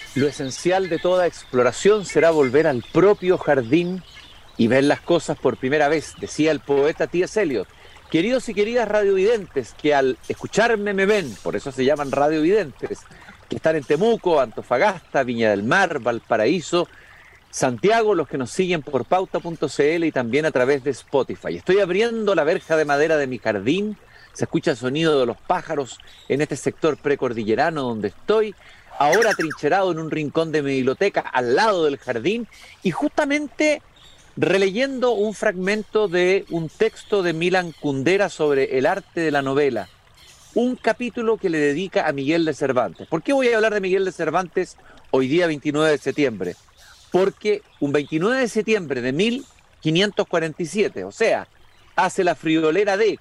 Lo esencial de toda exploración será volver al propio jardín y ver las cosas por primera vez, decía el poeta T.S. Eliot. Queridos y queridas radiovidentes, que al escucharme me ven, por eso se llaman radiovidentes, que están en Temuco, Antofagasta, Viña del Mar, Valparaíso, Santiago, los que nos siguen por pauta.cl y también a través de Spotify. Estoy abriendo la verja de madera de mi jardín, se escucha el sonido de los pájaros en este sector precordillerano donde estoy, ahora trincherado en un rincón de mi biblioteca al lado del jardín y justamente releyendo un fragmento de un texto de Milan Kundera sobre el arte de la novela, un capítulo que le dedica a Miguel de Cervantes. ¿Por qué voy a hablar de Miguel de Cervantes hoy día 29 de septiembre? Porque un 29 de septiembre de 1547, o sea, hace la friolera de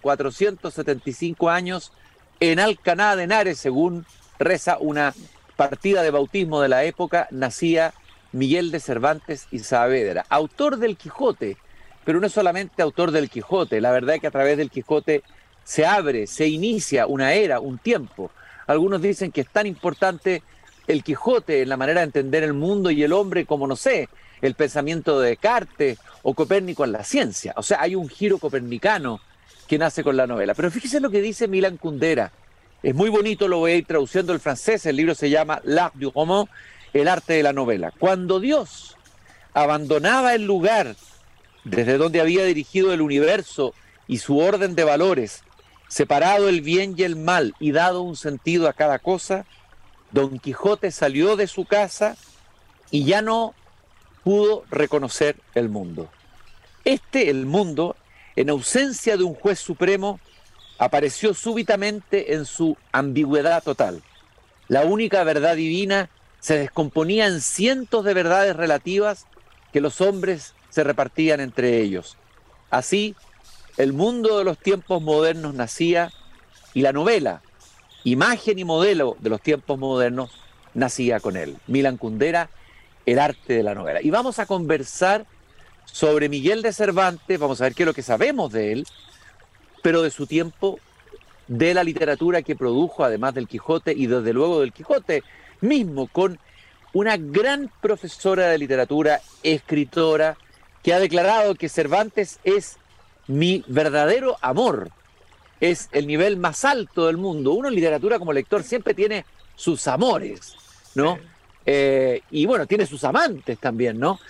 475 años, en Alcaná de Henares, según reza una partida de bautismo de la época, nacía Miguel de Cervantes y Saavedra, autor del Quijote, pero no es solamente autor del Quijote, la verdad es que a través del Quijote se abre, se inicia una era, un tiempo. Algunos dicen que es tan importante el Quijote en la manera de entender el mundo y el hombre como, no sé, el pensamiento de Descartes o Copérnico en la ciencia. O sea, hay un giro copernicano que nace con la novela. Pero fíjese lo que dice Milan Kundera. Es muy bonito, lo voy a ir traduciendo al francés. El libro se llama L'art du roman, el arte de la novela. Cuando Dios abandonaba el lugar desde donde había dirigido el universo y su orden de valores, separado el bien y el mal y dado un sentido a cada cosa, Don Quijote salió de su casa y ya no pudo reconocer el mundo. El mundo, en ausencia de un juez supremo, apareció súbitamente en su ambigüedad total. La única verdad divina se descomponía en cientos de verdades relativas que los hombres se repartían entre ellos. Así, el mundo de los tiempos modernos nacía y la novela, imagen y modelo de los tiempos modernos, nacía con él. Milan Kundera, el arte de la novela. Y vamos a conversar sobre Miguel de Cervantes, vamos a ver qué es lo que sabemos de él, pero de su tiempo, de la literatura que produjo, además del Quijote, y desde luego del Quijote mismo, con una gran profesora de literatura, escritora, que ha declarado que Cervantes es mi verdadero amor, es el nivel más alto del mundo. Uno en literatura como lector siempre tiene sus amores, ¿no? Y bueno, tiene sus amantes también, ¿no?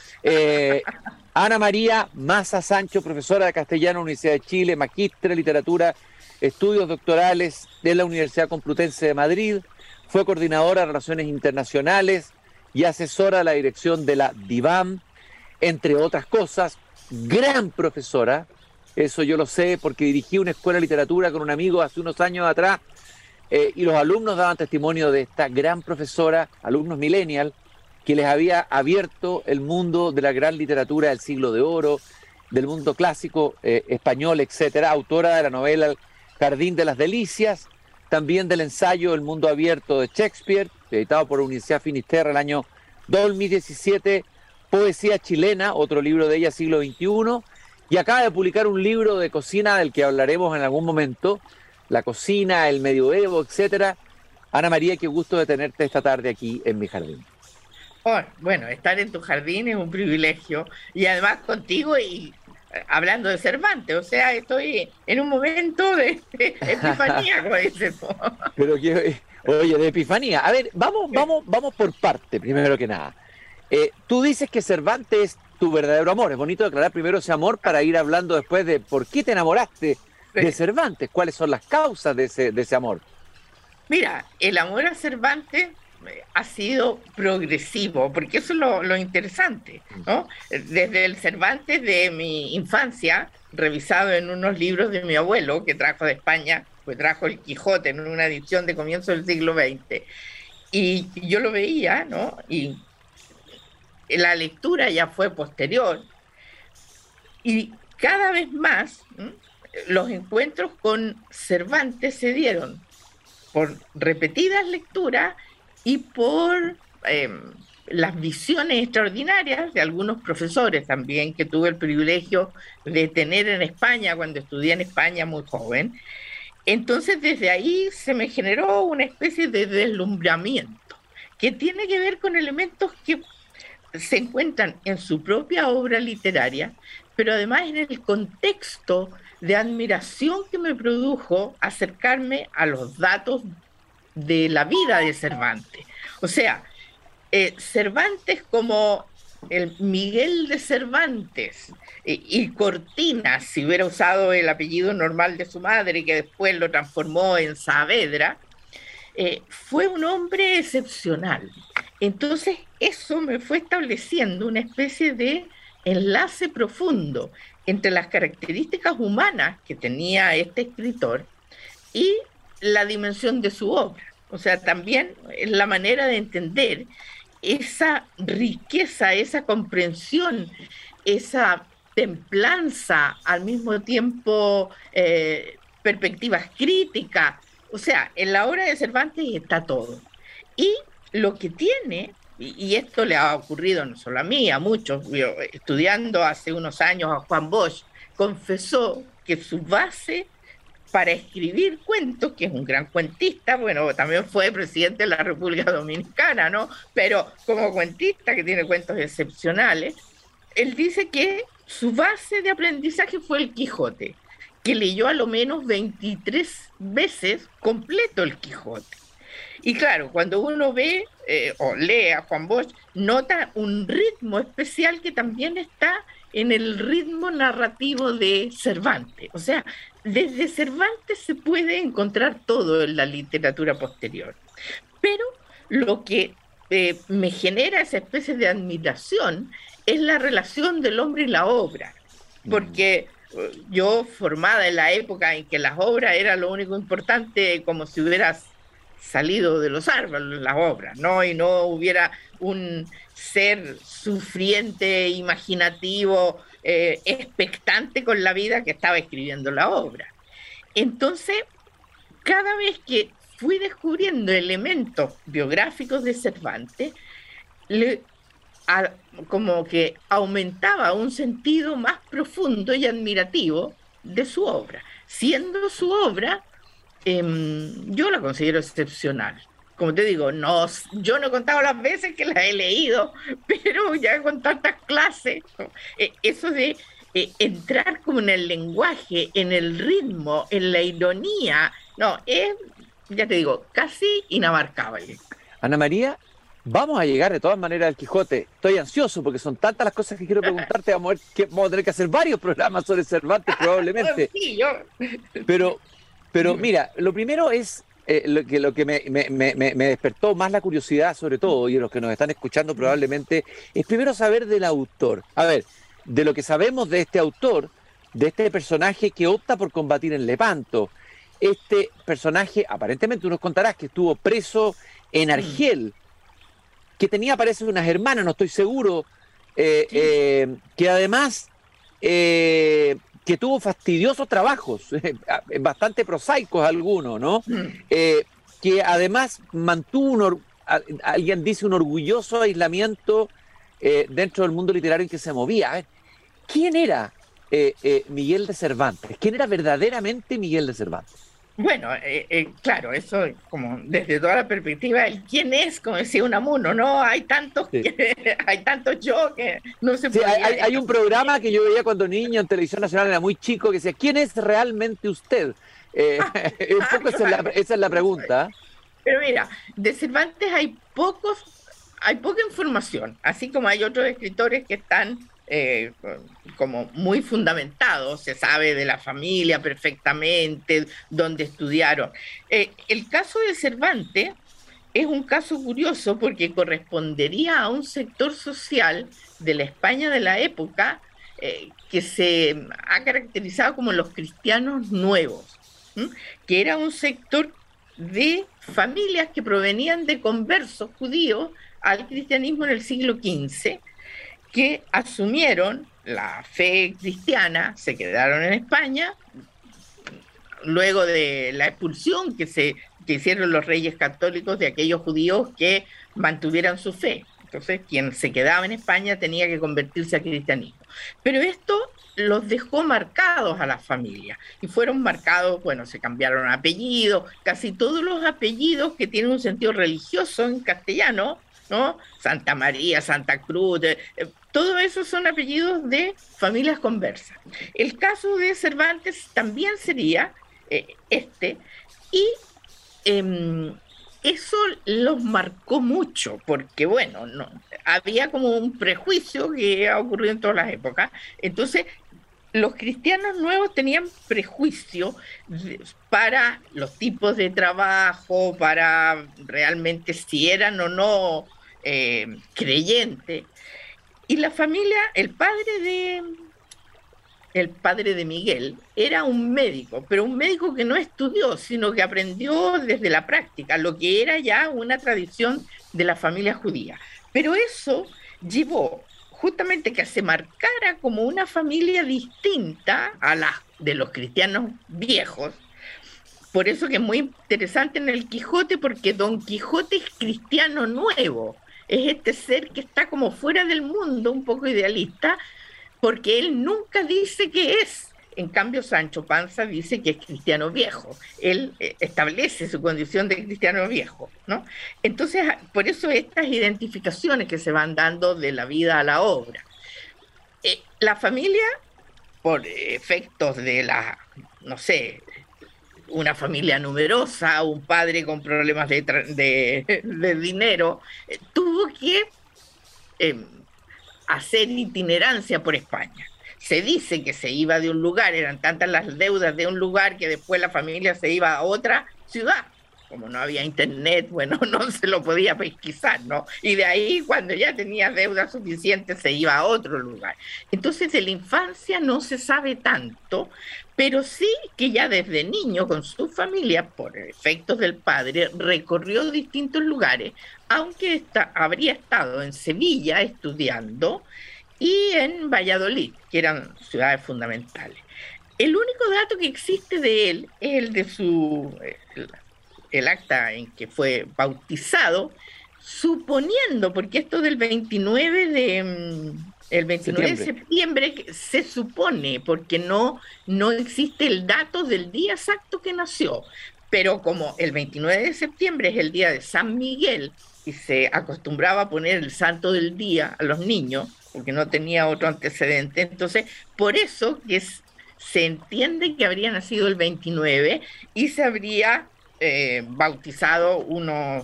Ana María Maza Sancho, profesora de castellano, Universidad de Chile, magíster en literatura, estudios doctorales de la Universidad Complutense de Madrid, fue coordinadora de Relaciones Internacionales y asesora de la dirección de la DIVAM, entre otras cosas, gran profesora. Eso yo lo sé porque dirigí una escuela de literatura con un amigo hace unos años atrás y los alumnos daban testimonio de esta gran profesora, alumnos millennial, que les había abierto el mundo de la gran literatura del siglo de oro, del mundo clásico español, etcétera, autora de la novela Jardín de las Delicias, también del ensayo El mundo abierto de Shakespeare, editado por la Universidad Finisterra el año 2017, Poesía chilena, otro libro de ella, siglo XXI, y acaba de publicar un libro de cocina del que hablaremos en algún momento, la cocina, el medioevo, etcétera. Ana María, qué gusto de tenerte esta tarde aquí en mi jardín. Oh, bueno, estar en tu jardín es un privilegio y además contigo y hablando de Cervantes, o sea, estoy en un momento de epifanía, como dices tú. Pero que, oye, de epifanía. A ver, vamos por parte, primero que nada. Tú dices que Cervantes es tu verdadero amor. Es bonito declarar primero ese amor para ir hablando después de por qué te enamoraste de Sí. Cervantes, cuáles son las causas de ese amor. Mira, el amor a Cervantes ha sido progresivo, porque eso es lo interesante, ¿no? Desde el Cervantes de mi infancia, revisado en unos libros de mi abuelo que trajo de España, pues trajo el Quijote en una edición de comienzo del siglo XX, y yo lo veía, ¿no? Y la lectura ya fue posterior, y cada vez más los encuentros con Cervantes se dieron por repetidas lecturas y por las visiones extraordinarias de algunos profesores también que tuve el privilegio de tener en España cuando estudié en España muy joven. Entonces desde ahí se me generó una especie de deslumbramiento que tiene que ver con elementos que se encuentran en su propia obra literaria, pero además en el contexto de admiración que me produjo acercarme a los datos de la vida de Cervantes. O sea, Cervantes como el Miguel de Cervantes y Cortina, si hubiera usado el apellido normal de su madre, que después lo transformó en Saavedra, fue un hombre excepcional. Entonces, eso me fue estableciendo una especie de enlace profundo entre las características humanas que tenía este escritor y la dimensión de su obra. O sea, también es la manera de entender esa riqueza, esa comprensión, esa templanza, al mismo tiempo perspectivas críticas. O sea, en la obra de Cervantes está todo. Y lo que tiene, y esto le ha ocurrido no solo a mí, a muchos, yo, estudiando hace unos años a Juan Bosch, confesó que su base para escribir cuentos, que es un gran cuentista, bueno, también fue presidente de la República Dominicana, ¿no? Pero como cuentista, que tiene cuentos excepcionales, él dice que su base de aprendizaje fue el Quijote, que leyó a lo menos 23 veces completo el Quijote. Y claro, cuando uno ve o lee a Juan Bosch, nota un ritmo especial que también está en el ritmo narrativo de Cervantes. O sea, desde Cervantes se puede encontrar todo en la literatura posterior. Pero lo que me genera esa especie de admiración es la relación del hombre y la obra. Porque yo, formada en la época en que las obras era lo único importante, como si hubieras salido de los árboles las obras, ¿no? Y no hubiera un ser sufriente, imaginativo, expectante con la vida que estaba escribiendo la obra. Entonces, cada vez que fui descubriendo elementos biográficos de Cervantes, como que aumentaba un sentido más profundo y admirativo de su obra, siendo su obra yo la considero excepcional. Como te digo, no, yo no he contado las veces que la he leído, pero ya con tantas clases, ¿no? Eso de entrar como en el lenguaje, en el ritmo, en la ironía, no, es, ya te digo, casi inabarcable. Ana María, vamos a llegar de todas maneras al Quijote. Estoy ansioso porque son tantas las cosas que quiero preguntarte. Vamos a tener que hacer varios programas sobre Cervantes probablemente. Sí, yo... Pero mira, lo primero es lo que me despertó más la curiosidad, sobre todo, y los que nos están escuchando probablemente, es primero saber del autor. A ver, de lo que sabemos de este autor, de este personaje que opta por combatir en Lepanto. Este personaje, aparentemente tú nos contarás que estuvo preso en Argel, que tenía, parece, unas hermanas, no estoy seguro, que además... que tuvo fastidiosos trabajos, bastante prosaicos algunos, ¿no? Que además mantuvo, alguien dice, un orgulloso aislamiento dentro del mundo literario en que se movía. A ver, ¿quién era Miguel de Cervantes? ¿Quién era verdaderamente Miguel de Cervantes? Bueno, claro, eso como desde toda la perspectiva, ¿quién es? Como decía Unamuno, ¿no? Hay tantos, sí. Hay tantos yo que no se puede. Sí, hay un programa que yo veía cuando niño en Televisión Nacional, era muy chico, que decía, ¿quién es realmente usted? Un poco esa es la pregunta. Pero mira, de Cervantes hay poca información, así como hay otros escritores que están como muy fundamentados, se sabe de la familia perfectamente, dónde estudiaron. El caso de Cervantes es un caso curioso porque correspondería a un sector social de la España de la época que se ha caracterizado como los cristianos nuevos, que era un sector de familias que provenían de conversos judíos al cristianismo en el siglo XV, que asumieron la fe cristiana, se quedaron en España, luego de la expulsión que hicieron los reyes católicos de aquellos judíos que mantuvieran su fe. Entonces, quien se quedaba en España tenía que convertirse al cristianismo. Pero esto los dejó marcados a las familias y fueron marcados, bueno, se cambiaron apellidos, casi todos los apellidos que tienen un sentido religioso en castellano, ¿no? Santa María, Santa Cruz, todo eso son apellidos de familias conversas. El caso de Cervantes también sería y eso los marcó mucho, porque bueno, no, había como un prejuicio que ha ocurrido en todas las épocas. Entonces, los cristianos nuevos tenían prejuicio para los tipos de trabajo, para realmente si eran o no creyentes. Y la familia, el padre de Miguel era un médico, pero un médico que no estudió, sino que aprendió desde la práctica, lo que era ya una tradición de la familia judía. Pero eso llevó justamente que se marcara como una familia distinta a la de los cristianos viejos. Por eso que es muy interesante en el Quijote, porque Don Quijote es cristiano nuevo, es este ser que está como fuera del mundo, un poco idealista, porque él nunca dice que es. En cambio, Sancho Panza dice que es cristiano viejo. Él establece su condición de cristiano viejo, ¿no? Entonces, por eso estas identificaciones que se van dando de la vida a la obra. La familia, por efectos de no sé, una familia numerosa, un padre con problemas de dinero, tuvo que hacer itinerancia por España. Se dice que se iba de un lugar, eran tantas las deudas de un lugar que después la familia se iba a otra ciudad. Como no había internet, bueno, no se lo podía pesquisar, ¿no? Y de ahí, cuando ya tenía deuda suficiente, se iba a otro lugar. Entonces, de la infancia no se sabe tanto, pero sí que ya desde niño, con su familia, por efectos del padre, recorrió distintos lugares, aunque habría estado en Sevilla estudiando y en Valladolid, que eran ciudades fundamentales. El único dato que existe de él es el de el acta en que fue bautizado, suponiendo, porque esto del 29 el 29 de septiembre se supone, porque no existe el dato del día exacto que nació, pero como el 29 de septiembre es el día de San Miguel y se acostumbraba a poner el santo del día a los niños, porque no tenía otro antecedente, entonces por eso que se entiende que habría nacido el 29 y se habría bautizado unos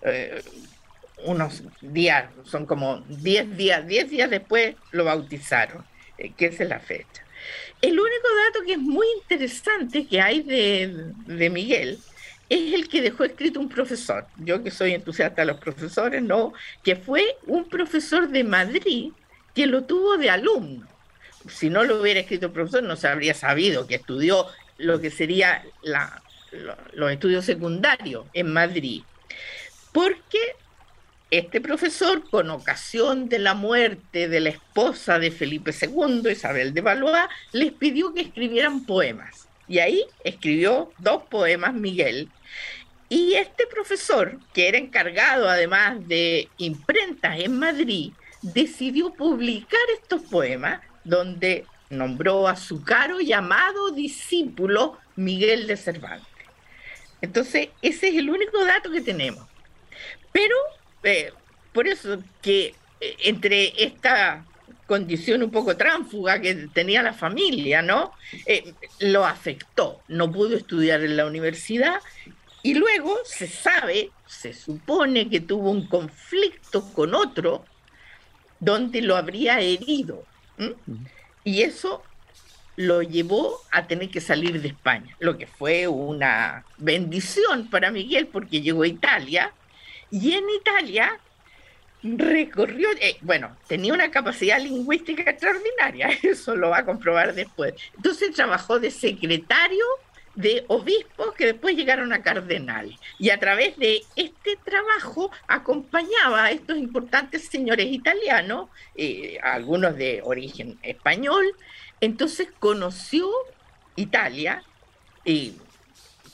días, son como 10 días después lo bautizaron, que esa es la fecha. El único dato que es muy interesante que hay de Miguel es el que dejó escrito un profesor, yo que soy entusiasta de los profesores, no, que fue un profesor de Madrid que lo tuvo de alumno. Si no lo hubiera escrito el profesor, no se habría sabido que estudió lo que sería los estudios secundarios en Madrid, porque este profesor, con ocasión de la muerte de la esposa de Felipe II, Isabel de Valois, les pidió que escribieran poemas. Y ahí escribió 2 poemas Miguel. Y este profesor, que era encargado además de imprentas en Madrid, decidió publicar estos poemas, donde nombró a su caro y amado discípulo Miguel de Cervantes. Entonces, ese es el único dato que tenemos. Pero, por eso que entre esta condición un poco tránfuga que tenía la familia, ¿no? Lo afectó. No pudo estudiar en la universidad y luego se supone que tuvo un conflicto con otro donde lo habría herido. Y eso lo llevó a tener que salir de España, lo que fue una bendición para Miguel porque llegó a Italia y en Italia recorrió, tenía una capacidad lingüística extraordinaria, eso lo va a comprobar después. Entonces trabajó de secretario de obispos que después llegaron a cardenales y a través de este trabajo acompañaba a estos importantes señores italianos, algunos de origen español. Entonces conoció Italia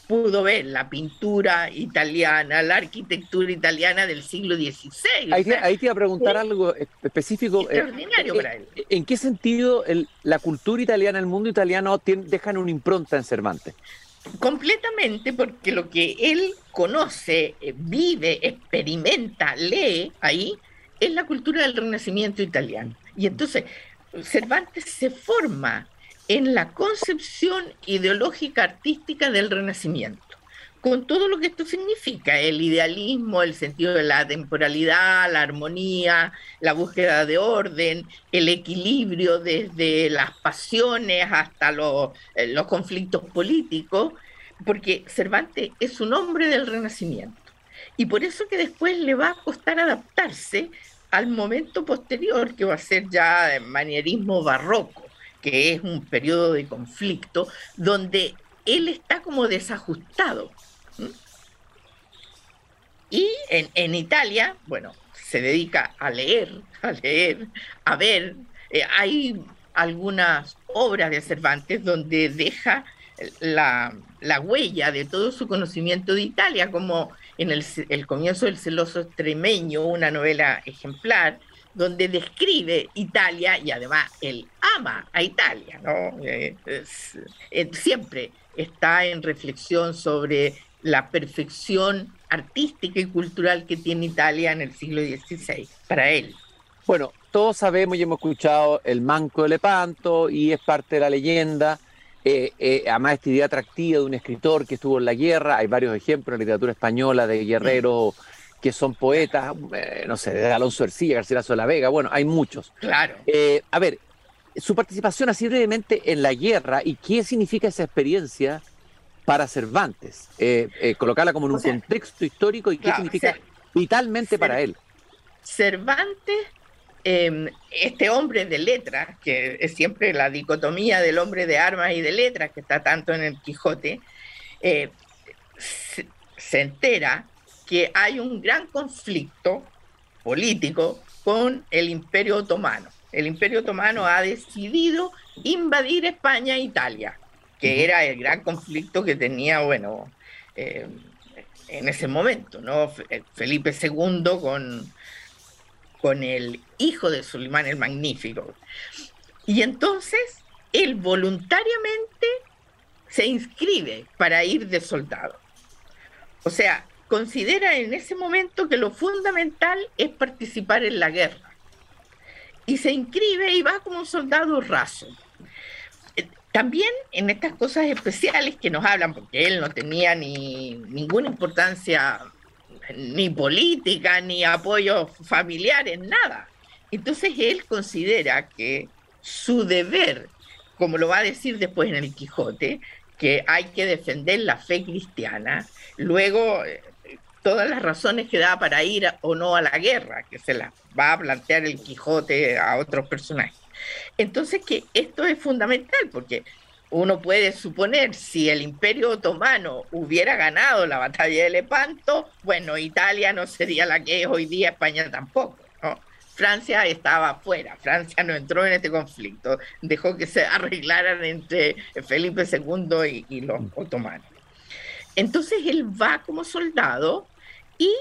pudo ver la pintura italiana, la arquitectura italiana del siglo XVI. Ahí te iba a preguntar algo específico. Extraordinario para él. ¿En qué sentido la cultura italiana, el mundo italiano dejan una impronta en Cervantes? Completamente, porque lo que él conoce, vive, experimenta, lee ahí, es la cultura del Renacimiento italiano. Y entonces Cervantes se forma en la concepción ideológica artística del Renacimiento, con todo lo que esto significa, el idealismo, el sentido de la temporalidad, la armonía, la búsqueda de orden, el equilibrio desde las pasiones hasta los conflictos políticos, porque Cervantes es un hombre del Renacimiento. Y por eso que después le va a costar adaptarse al momento posterior, que va a ser ya el manierismo barroco, que es un periodo de conflicto donde él está como desajustado. Y en Italia, bueno, se dedica a leer, a ver. Hay algunas obras de Cervantes donde deja la huella de todo su conocimiento de Italia, como en el comienzo del celoso extremeño, una novela ejemplar, donde describe Italia y además él ama a Italia, ¿no? Siempre está en reflexión sobre la perfección artística y cultural que tiene Italia en el siglo XVI, para él. Bueno, todos sabemos y hemos escuchado el Manco de Lepanto y es parte de la leyenda. Además, esta idea atractiva de un escritor que estuvo en la guerra. Hay varios ejemplos en la literatura española de guerreros que son poetas, no sé, de Alonso Ercilla, Garcilaso de la Vega, bueno, hay muchos. Claro. A ver, su participación así brevemente en la guerra y qué significa esa experiencia para Cervantes, colocarla como en un contexto histórico y qué significa vitalmente para él. Cervantes, este hombre de letras, que es siempre la dicotomía del hombre de armas y de letras, que está tanto en el Quijote, se entera que hay un gran conflicto político con el Imperio Otomano. El Imperio Otomano ha decidido invadir España e Italia, que era el gran conflicto que tenía, bueno, en ese momento, ¿no? Felipe II con el hijo de Solimán el Magnífico. Y entonces él voluntariamente se inscribe para ir de soldado. O sea, considera en ese momento que lo fundamental es participar en la guerra. Y se inscribe y va como un soldado raso. También en estas cosas especiales que nos hablan, porque él no tenía ninguna importancia ni política, ni apoyo familiares, nada. Entonces él considera que su deber, como lo va a decir después en el Quijote, que hay que defender la fe cristiana, luego todas las razones que da para ir o no a la guerra, que se las va a plantear el Quijote a otros personajes. Entonces que esto es fundamental, porque uno puede suponer, si el Imperio Otomano hubiera ganado la batalla de Lepanto, bueno, Italia no sería la que es hoy día, España tampoco, ¿no? Francia estaba afuera, Francia no entró en este conflicto, dejó que se arreglaran entre Felipe II y los otomanos. Entonces él va como soldado y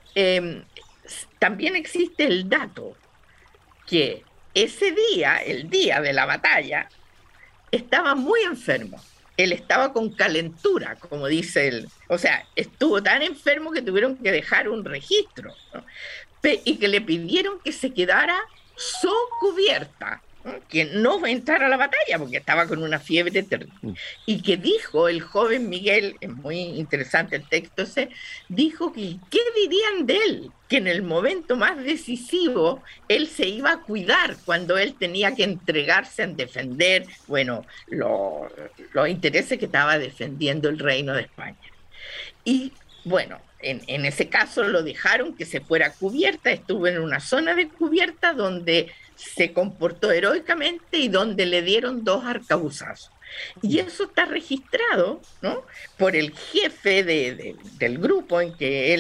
también existe el dato que ese día, el día de la batalla, estaba muy enfermo. Él estaba con calentura, como dice él. O sea, estuvo tan enfermo que tuvieron que dejar un registro, ¿no? Y que le pidieron que se quedara socubierta, ¿no? Que no entrara a la batalla porque estaba con una fiebre terrible. Y que dijo el joven Miguel, es muy interesante el texto ese, dijo que ¿qué dirían de él? Que en el momento más decisivo él se iba a cuidar cuando él tenía que entregarse en defender, bueno, los intereses que estaba defendiendo el reino de España. Y bueno, en ese caso lo dejaron que se fuera cubierta, estuvo en una zona de cubierta donde se comportó heroicamente y donde le dieron 2 arcabuzazos. Y eso está registrado, ¿no?, por el jefe del grupo al que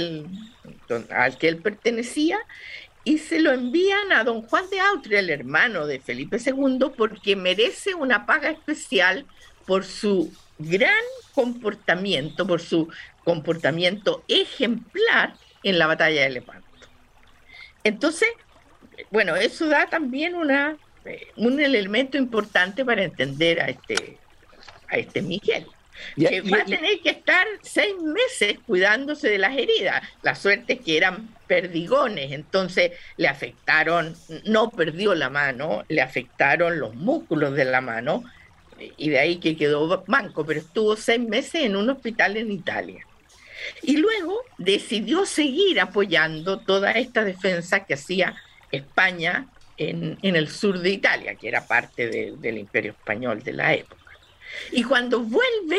él pertenecía, y se lo envían a don Juan de Austria, el hermano de Felipe II, porque merece una paga especial por su gran comportamiento, por su comportamiento ejemplar en la batalla de Lepanto. Entonces, bueno, eso da también un elemento importante para entender a este Miguel, Y, que va a tener que estar 6 meses cuidándose de las heridas. La suerte es que eran perdigones, entonces le afectaron, no perdió la mano, le afectaron los músculos de la mano, y de ahí que quedó manco, pero estuvo 6 meses en un hospital en Italia. Y luego decidió seguir apoyando toda esta defensa que hacía España en el sur de Italia, que era parte del Imperio Español de la época. Y cuando vuelve,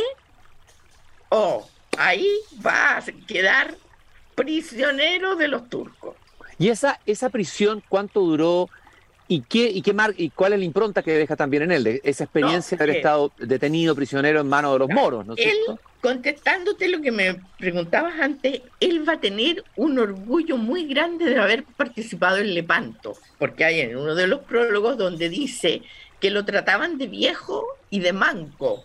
ahí va a quedar prisionero de los turcos. ¿Y esa prisión cuánto duró y cuál es la impronta que deja también en él, de esa experiencia de haber estado detenido, prisionero en manos de los moros, ¿no es cierto? Contestándote lo que me preguntabas antes, él va a tener un orgullo muy grande de haber participado en Lepanto, porque hay en uno de los prólogos donde dice que lo trataban de viejo y de manco.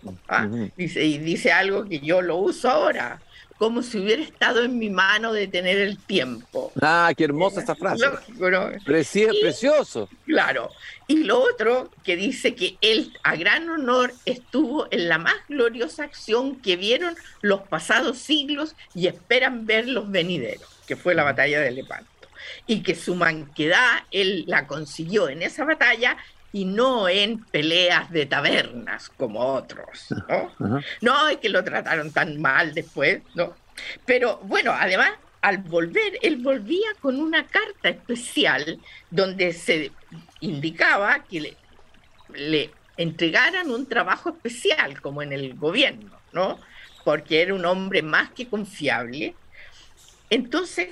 Dice algo que yo lo uso ahora, como si hubiera estado en mi mano detener el tiempo. Ah, qué hermosa esa frase. Lógico, ¿no? Precioso. Claro. Y lo otro que dice que él a gran honor estuvo en la más gloriosa acción que vieron los pasados siglos y esperan ver los venideros, que fue la batalla de Lepanto. Y que su manquedad él la consiguió en esa batalla y no en peleas de tabernas como otros, ¿no? No es que lo trataron tan mal después, ¿no? Pero bueno, además, al volver, él volvía con una carta especial donde se indicaba que le entregaran un trabajo especial, como en el gobierno, ¿no? Porque era un hombre más que confiable. Entonces,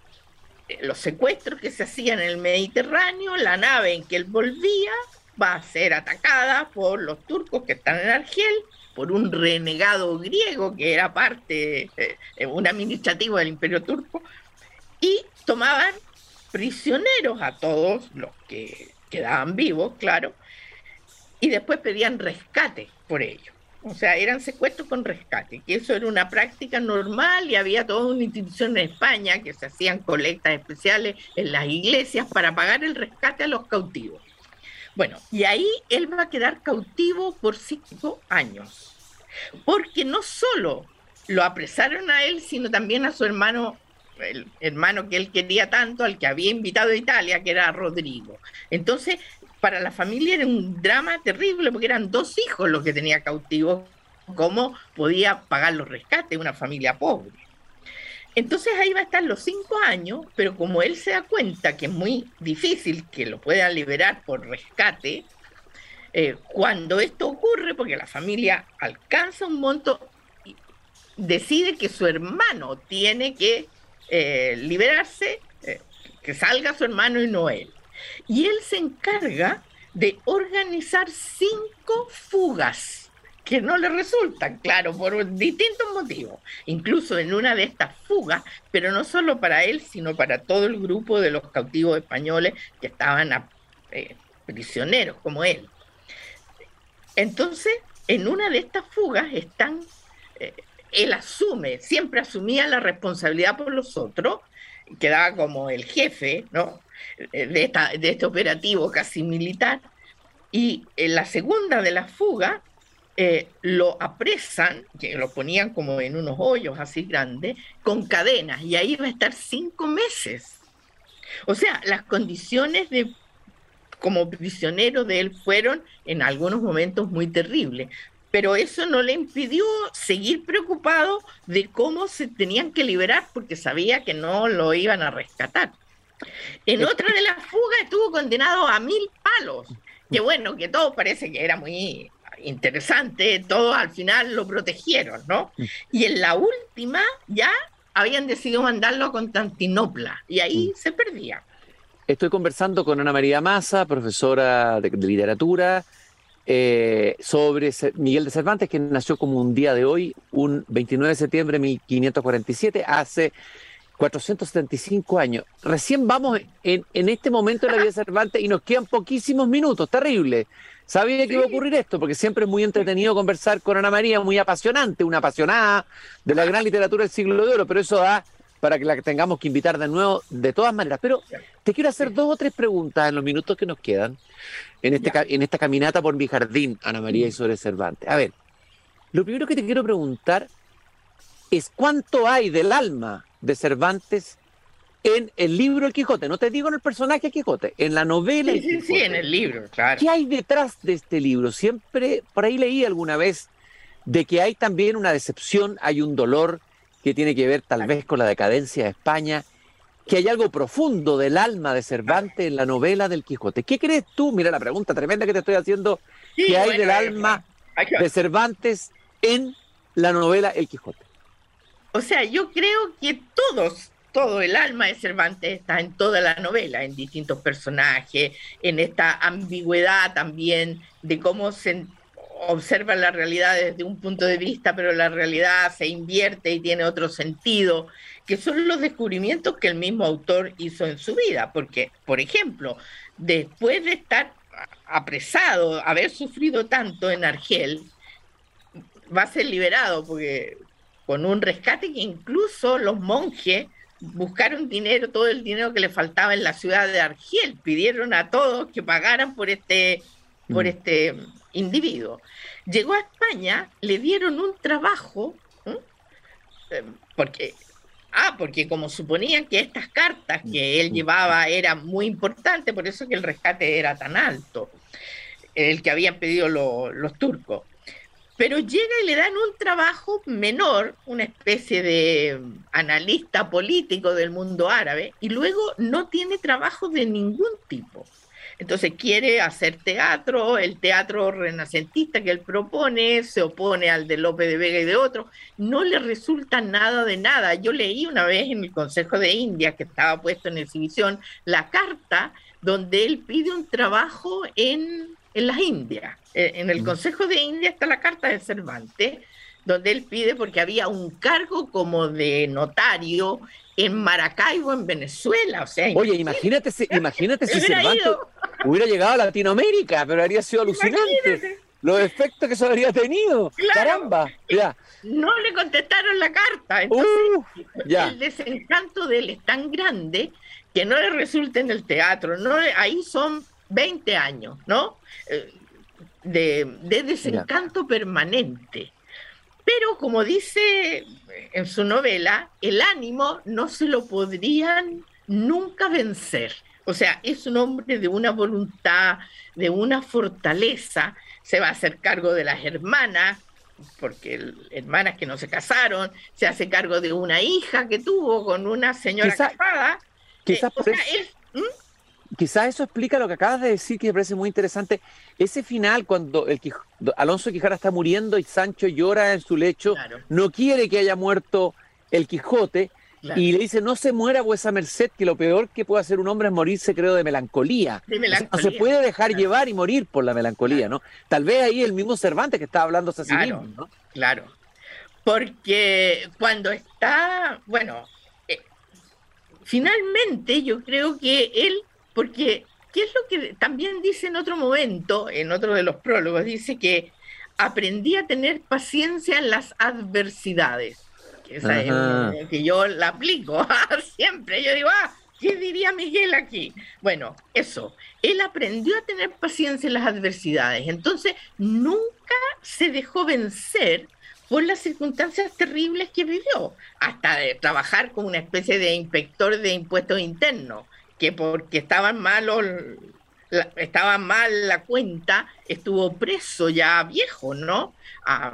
los secuestros que se hacían en el Mediterráneo, la nave en que él volvía va a ser atacada por los turcos que están en Argel, por un renegado griego que era parte, un administrativo del Imperio Turco, y tomaban prisioneros a todos los que quedaban vivos, claro, y después pedían rescate por ello. O sea, eran secuestros con rescate, que eso era una práctica normal y había toda una institución en España que se hacían colectas especiales en las iglesias para pagar el rescate a los cautivos. Bueno, y ahí él va a quedar cautivo por 5 años, porque no solo lo apresaron a él, sino también a su hermano, el hermano que él quería tanto, al que había invitado a Italia, que era Rodrigo. Entonces, para la familia era un drama terrible, porque eran 2 hijos los que tenía cautivos. ¿Cómo podía pagar los rescates una familia pobre? Entonces ahí va a estar los 5 años, pero como él se da cuenta que es muy difícil que lo puedan liberar por rescate, cuando esto ocurre, porque la familia alcanza un monto, decide que su hermano tiene que liberarse, que salga su hermano y no él. Y él se encarga de organizar 5 fugas que no le resultan, claro, por distintos motivos. Incluso en una de estas fugas, pero no solo para él, sino para todo el grupo de los cautivos españoles que estaban prisioneros como él. Entonces, en una de estas fugas él siempre asumía la responsabilidad por los otros, quedaba como el jefe, ¿no?, de este operativo casi militar, y en la segunda de las fugas lo apresan, que lo ponían como en unos hoyos así grandes, con cadenas, y ahí va a estar 5 meses. O sea, las condiciones como prisionero de él fueron en algunos momentos muy terribles, pero eso no le impidió seguir preocupado de cómo se tenían que liberar, porque sabía que no lo iban a rescatar. En otra de las fugas estuvo condenado a 1000 palos, que bueno, que todo parece que era muy interesante, todos al final lo protegieron, ¿no? Y en la última ya habían decidido mandarlo a Constantinopla, y ahí se perdía. Estoy conversando con Ana María Mazza, profesora de literatura, sobre Miguel de Cervantes, que nació como un día de hoy, un 29 de septiembre de 1547, hace 475 años. Recién vamos en este momento de la vida de Cervantes y nos quedan poquísimos minutos. Terrible. Sabía que iba a ocurrir esto, porque siempre es muy entretenido conversar con Ana María, muy apasionante, una apasionada de la gran literatura del siglo de oro, pero eso da para que la tengamos que invitar de nuevo, de todas maneras. Pero te quiero hacer 2 o 3 preguntas en los minutos que nos quedan en esta caminata por mi jardín, Ana María, y sobre Cervantes. A ver, lo primero que te quiero preguntar es cuánto hay del alma de Cervantes en el libro El Quijote. No te digo en el personaje Quijote, en la novela El Quijote. Sí, en el libro, claro. ¿Qué hay detrás de este libro? Siempre, por ahí leí alguna vez de que hay también una decepción, hay un dolor que tiene que ver tal vez con la decadencia de España, que hay algo profundo del alma de Cervantes en la novela del Quijote. ¿Qué crees tú? Mira la pregunta tremenda que te estoy hacindo. Sí, ¿qué hay del alma de Cervantes en la novela El Quijote? O sea, yo creo que todo el alma de Cervantes está en toda la novela, en distintos personajes, en esta ambigüedad también de cómo se observa la realidad desde un punto de vista, pero la realidad se invierte y tiene otro sentido, que son los descubrimientos que el mismo autor hizo en su vida, porque, por ejemplo, después de estar apresado, haber sufrido tanto en Argel, va a ser liberado, porque con un rescate que incluso los monjes buscaron dinero, todo el dinero que le faltaba en la ciudad de Argel, pidieron a todos que pagaran por este individuo. Llegó a España, le dieron un trabajo, porque como suponían que estas cartas que él llevaba eran muy importantes, por eso que el rescate era tan alto, el que habían pedido los turcos. Pero llega y le dan un trabajo menor, una especie de analista político del mundo árabe, y luego no tiene trabajo de ningún tipo. Entonces quiere hacer teatro, el teatro renacentista que él propone, se opone al de Lope de Vega y de otros, no le resulta nada de nada. Yo leí una vez en el Consejo de Indias, que estaba puesto en exhibición, la carta donde él pide un trabajo en las Indias. En el Consejo de India está la carta de Cervantes, donde él pide, porque había un cargo como de notario en Maracaibo, en Venezuela. O sea, oye, imagínate si Cervantes hubiera llegado a Latinoamérica, pero habría sido alucinante. Imagínate los efectos que eso habría tenido. Claro, caramba. Ya. No le contestaron la carta. Entonces, el desencanto de él es tan grande que no le resulta en el teatro. Ahí son 20 años, ¿no? De desencanto permanente. Pero como dice en su novela, el ánimo no se lo podrían nunca vencer. O sea, es un hombre de una voluntad, de una fortaleza. Se va a hacer cargo de las hermanas, porque hermanas que no se casaron, se hace cargo de una hija que tuvo con una señora casada. Quizás eso explica lo que acabas de decir, que me parece muy interesante. Ese final, cuando Alonso Quijada está muriendo y Sancho llora en su lecho, no quiere que haya muerto el Quijote, y le dice: no se muera vuesa merced, que lo peor que puede hacer un hombre es morirse, creo, de melancolía. O sea, no se puede dejar llevar y morir por la melancolía, ¿no? Tal vez ahí el mismo Cervantes que estaba hablándose a sí mismo, ¿no? Claro, porque cuando está, finalmente yo creo que él, porque, ¿qué es lo que también dice en otro momento, en otro de los prólogos? Dice que aprendí a tener paciencia en las adversidades. Esa es que yo la aplico siempre. Yo digo, ¿qué diría Miguel aquí? Bueno, eso. Él aprendió a tener paciencia en las adversidades. Entonces, nunca se dejó vencer por las circunstancias terribles que vivió, hasta de trabajar como una especie de inspector de impuestos internos, que porque estaba mal la cuenta, estuvo preso ya viejo, ¿no? A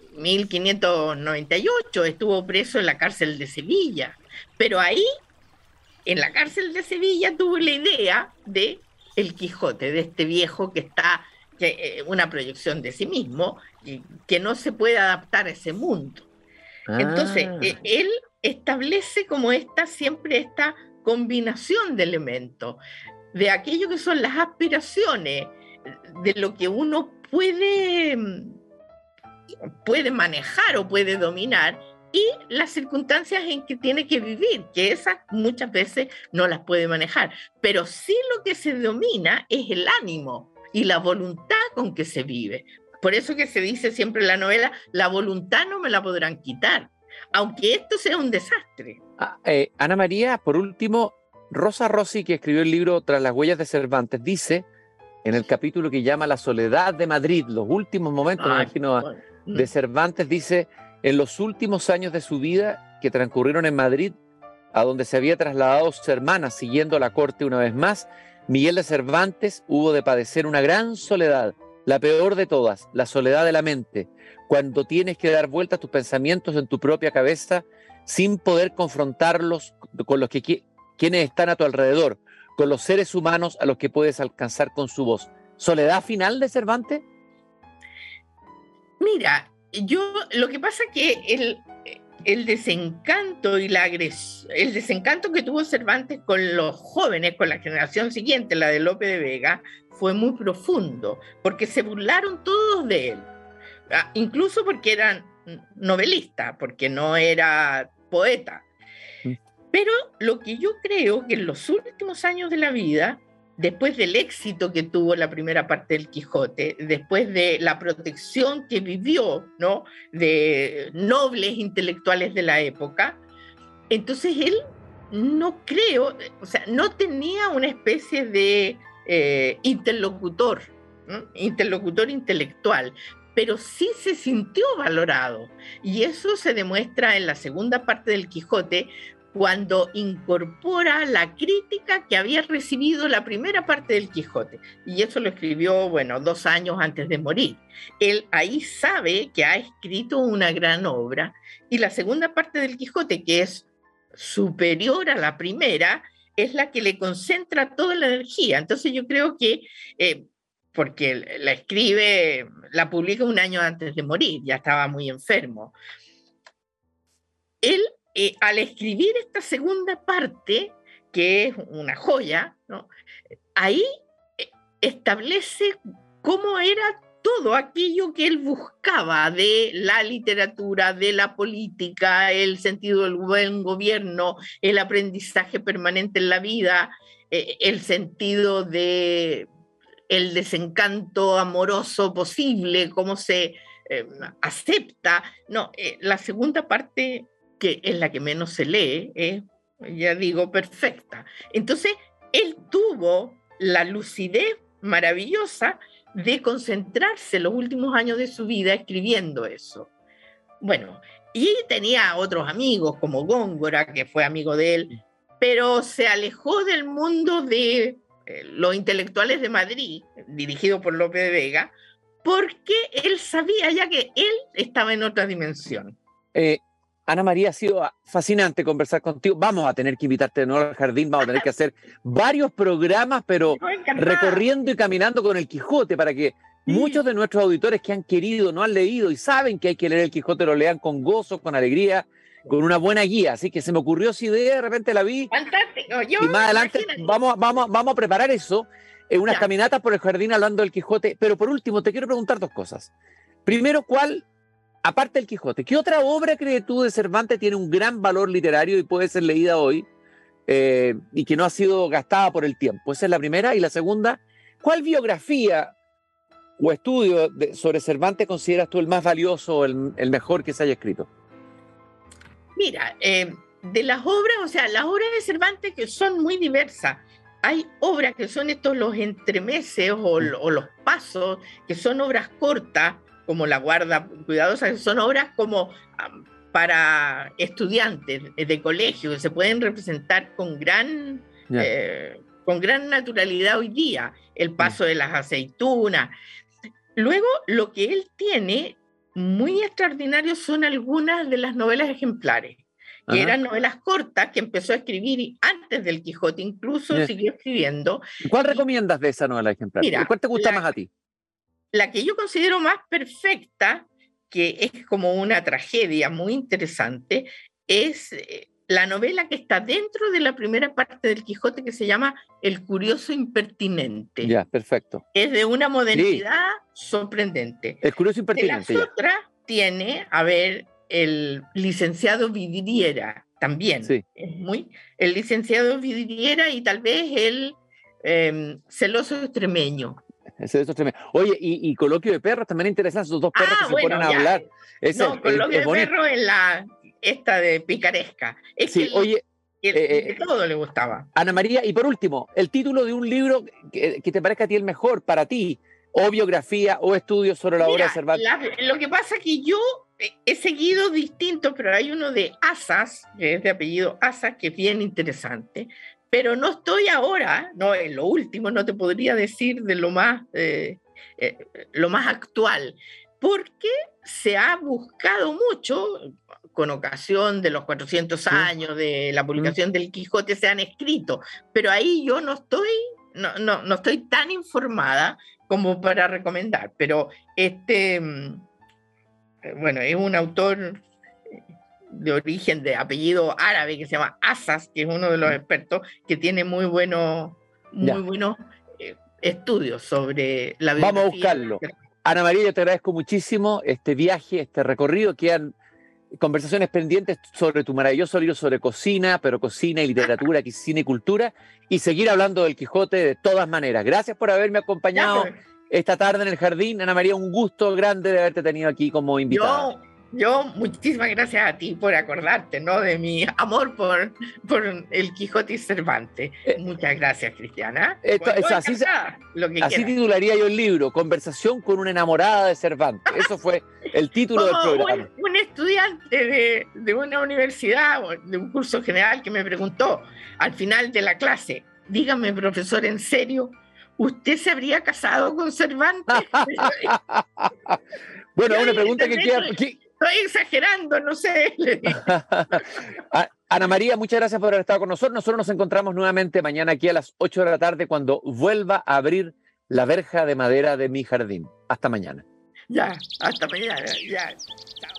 1598 estuvo preso en la cárcel de Sevilla. Pero ahí, en la cárcel de Sevilla, tuvo la idea de el Quijote, de este viejo que está, una proyección de sí mismo, que no se puede adaptar a ese mundo. Entonces, él establece como siempre esta combinación de elementos, de aquello que son las aspiraciones, de lo que uno puede manejar o puede dominar, y las circunstancias en que tiene que vivir, que esas muchas veces no las puede manejar. Pero sí lo que se domina es el ánimo y la voluntad con que se vive. Por eso que se dice siempre en la novela, la voluntad no me la podrán quitar, aunque esto sea un desastre. Ana María, por último, Rosa Rossi, que escribió el libro Tras las huellas de Cervantes, dice en el capítulo que llama La soledad de Madrid, los últimos momentos, me imagino, de Cervantes, dice: en los últimos años de su vida que transcurrieron en Madrid, a donde se había trasladado su hermana siguiendo la corte una vez más, Miguel de Cervantes hubo de padecer una gran soledad, la peor de todas, la soledad de la mente, cuando tienes que dar vueltas tus pensamientos en tu propia cabeza sin poder confrontarlos con los quienes están a tu alrededor, con los seres humanos a los que puedes alcanzar con su voz. ¿Soledad final de Cervantes? Mira, lo que pasa es que el desencanto y el desencanto que tuvo Cervantes con los jóvenes, con la generación siguiente, la de Lope de Vega, fue muy profundo, porque se burlaron todos de él, incluso porque eran novelistas, porque no era poeta. Pero lo que yo creo que en los últimos años de la vida, después del éxito que tuvo la primera parte del Quijote, después de la protección que vivió, ¿no?, de nobles intelectuales de la época, entonces él no tenía una especie de interlocutor intelectual, pero sí se sintió valorado. Y eso se demuestra en la segunda parte del Quijote, cuando incorpora la crítica que había recibido la primera parte del Quijote. Y eso lo escribió, 2 años antes de morir. Él ahí sabe que ha escrito una gran obra, y la segunda parte del Quijote, que es superior a la primera, es la que le concentra toda la energía. Entonces yo creo que, porque la publica 1 año antes de morir, ya estaba muy enfermo, él, al escribir esta segunda parte, que es una joya, ¿no?, ahí establece cómo era todo aquello que él buscaba de la literatura, de la política, el sentido del buen gobierno, el aprendizaje permanente en la vida, el sentido de el desencanto amoroso posible, cómo se acepta. No, la segunda parte, que es la que menos se lee, ya digo, perfecta. Entonces, él tuvo la lucidez maravillosa de concentrarse los últimos años de su vida escribiendo eso. Bueno, y tenía otros amigos como Góngora, que fue amigo de él, pero se alejó del mundo de los intelectuales de Madrid, dirigido por Lope de Vega, porque él sabía ya que él estaba en otra dimensión. Ana María, ha sido fascinante conversar contigo. Vamos a tener que invitarte de nuevo al jardín, vamos a tener que hacer varios programas, pero recorriendo y caminando con el Quijote, para que muchos de nuestros auditores que han querido, no han leído y saben que hay que leer el Quijote, lo lean con gozo, con alegría, con una buena guía. Así que se me ocurrió esa idea, de repente la vi. Fantástico. Y más adelante vamos a preparar eso, unas caminatas por el jardín hablando del Quijote. Pero por último, te quiero preguntar 2 cosas. Primero, aparte del Quijote, ¿qué otra obra crees tú de Cervantes tiene un gran valor literario y puede ser leída hoy y que no ha sido gastada por el tiempo? Esa es la primera. Y la segunda, ¿cuál biografía o estudio sobre Cervantes consideras tú el más valioso o el mejor que se haya escrito? Mira, de las obras, las obras de Cervantes, que son muy diversas. Hay obras que son los entremeses o los pasos, que son obras cortas, como La guarda cuidadosa, que son obras como para estudiantes de colegio, que se pueden representar con gran naturalidad hoy día. El paso de las aceitunas. Luego, lo que él tiene muy extraordinario son algunas de las novelas ejemplares, que eran novelas cortas que empezó a escribir antes del Quijote, incluso siguió escribiendo. ¿Cuál recomiendas de esa novela ejemplar? Mira, ¿cuál te gusta más a ti? La que yo considero más perfecta, que es como una tragedia muy interesante, es la novela que está dentro de la primera parte del Quijote, que se llama El curioso impertinente. Ya, perfecto. Es de una modernidad sorprendente. El curioso impertinente. De las otras tiene, el licenciado Vidriera también. Sí. El licenciado Vidriera y tal vez el celoso extremeño. Oye, y coloquio de perros también interesante, esos dos perros que se ponen a hablar. Coloquio de perros en esta de picaresca. Es sí, que oye, de todo le gustaba. Ana María, y por último, el título de un libro que te parezca a ti el mejor para ti, o biografía o estudios sobre la obra de Cervantes. Lo que pasa es que yo he seguido distintos, pero hay uno de Asas, que es de apellido Asas, que es bien interesante, pero no estoy ahora, no, en lo último no te podría decir de lo más actual, porque se ha buscado mucho, con ocasión de los 400 años de la publicación del Quijote, se han escrito, pero ahí yo no estoy tan informada como para recomendar, pero bueno, es un autor de origen, de apellido árabe, que se llama Asas, que es uno de los expertos, que tiene muy buenos estudios sobre la biografía. Vamos a buscarlo. Ana María, yo te agradezco muchísimo este viaje, este recorrido. Quedan conversaciones pendientes sobre tu maravilloso libro sobre cocina, pero cocina y literatura, cine y cultura, y seguir hablando del Quijote de todas maneras. Gracias por haberme acompañado esta tarde en el jardín. Ana María, un gusto grande de haberte tenido aquí como invitada. Yo muchísimas gracias a ti por acordarte, ¿no?, de mi amor por el Quijote y Cervantes. Muchas gracias, Cristiana. Así titularía yo el libro, Conversación con una enamorada de Cervantes. Eso fue el título del programa. Un estudiante de una universidad, de un curso general, que me preguntó al final de la clase: dígame, profesor, ¿en serio usted se habría casado con Cervantes? Bueno, una pregunta que queda... Estoy exagerando, no sé. Ana María, muchas gracias por haber estado con nosotros. Nosotros nos encontramos nuevamente mañana aquí a las 8 de la tarde cuando vuelva a abrir la verja de madera de mi jardín. Hasta mañana. Ya, hasta mañana. Ya. Chao.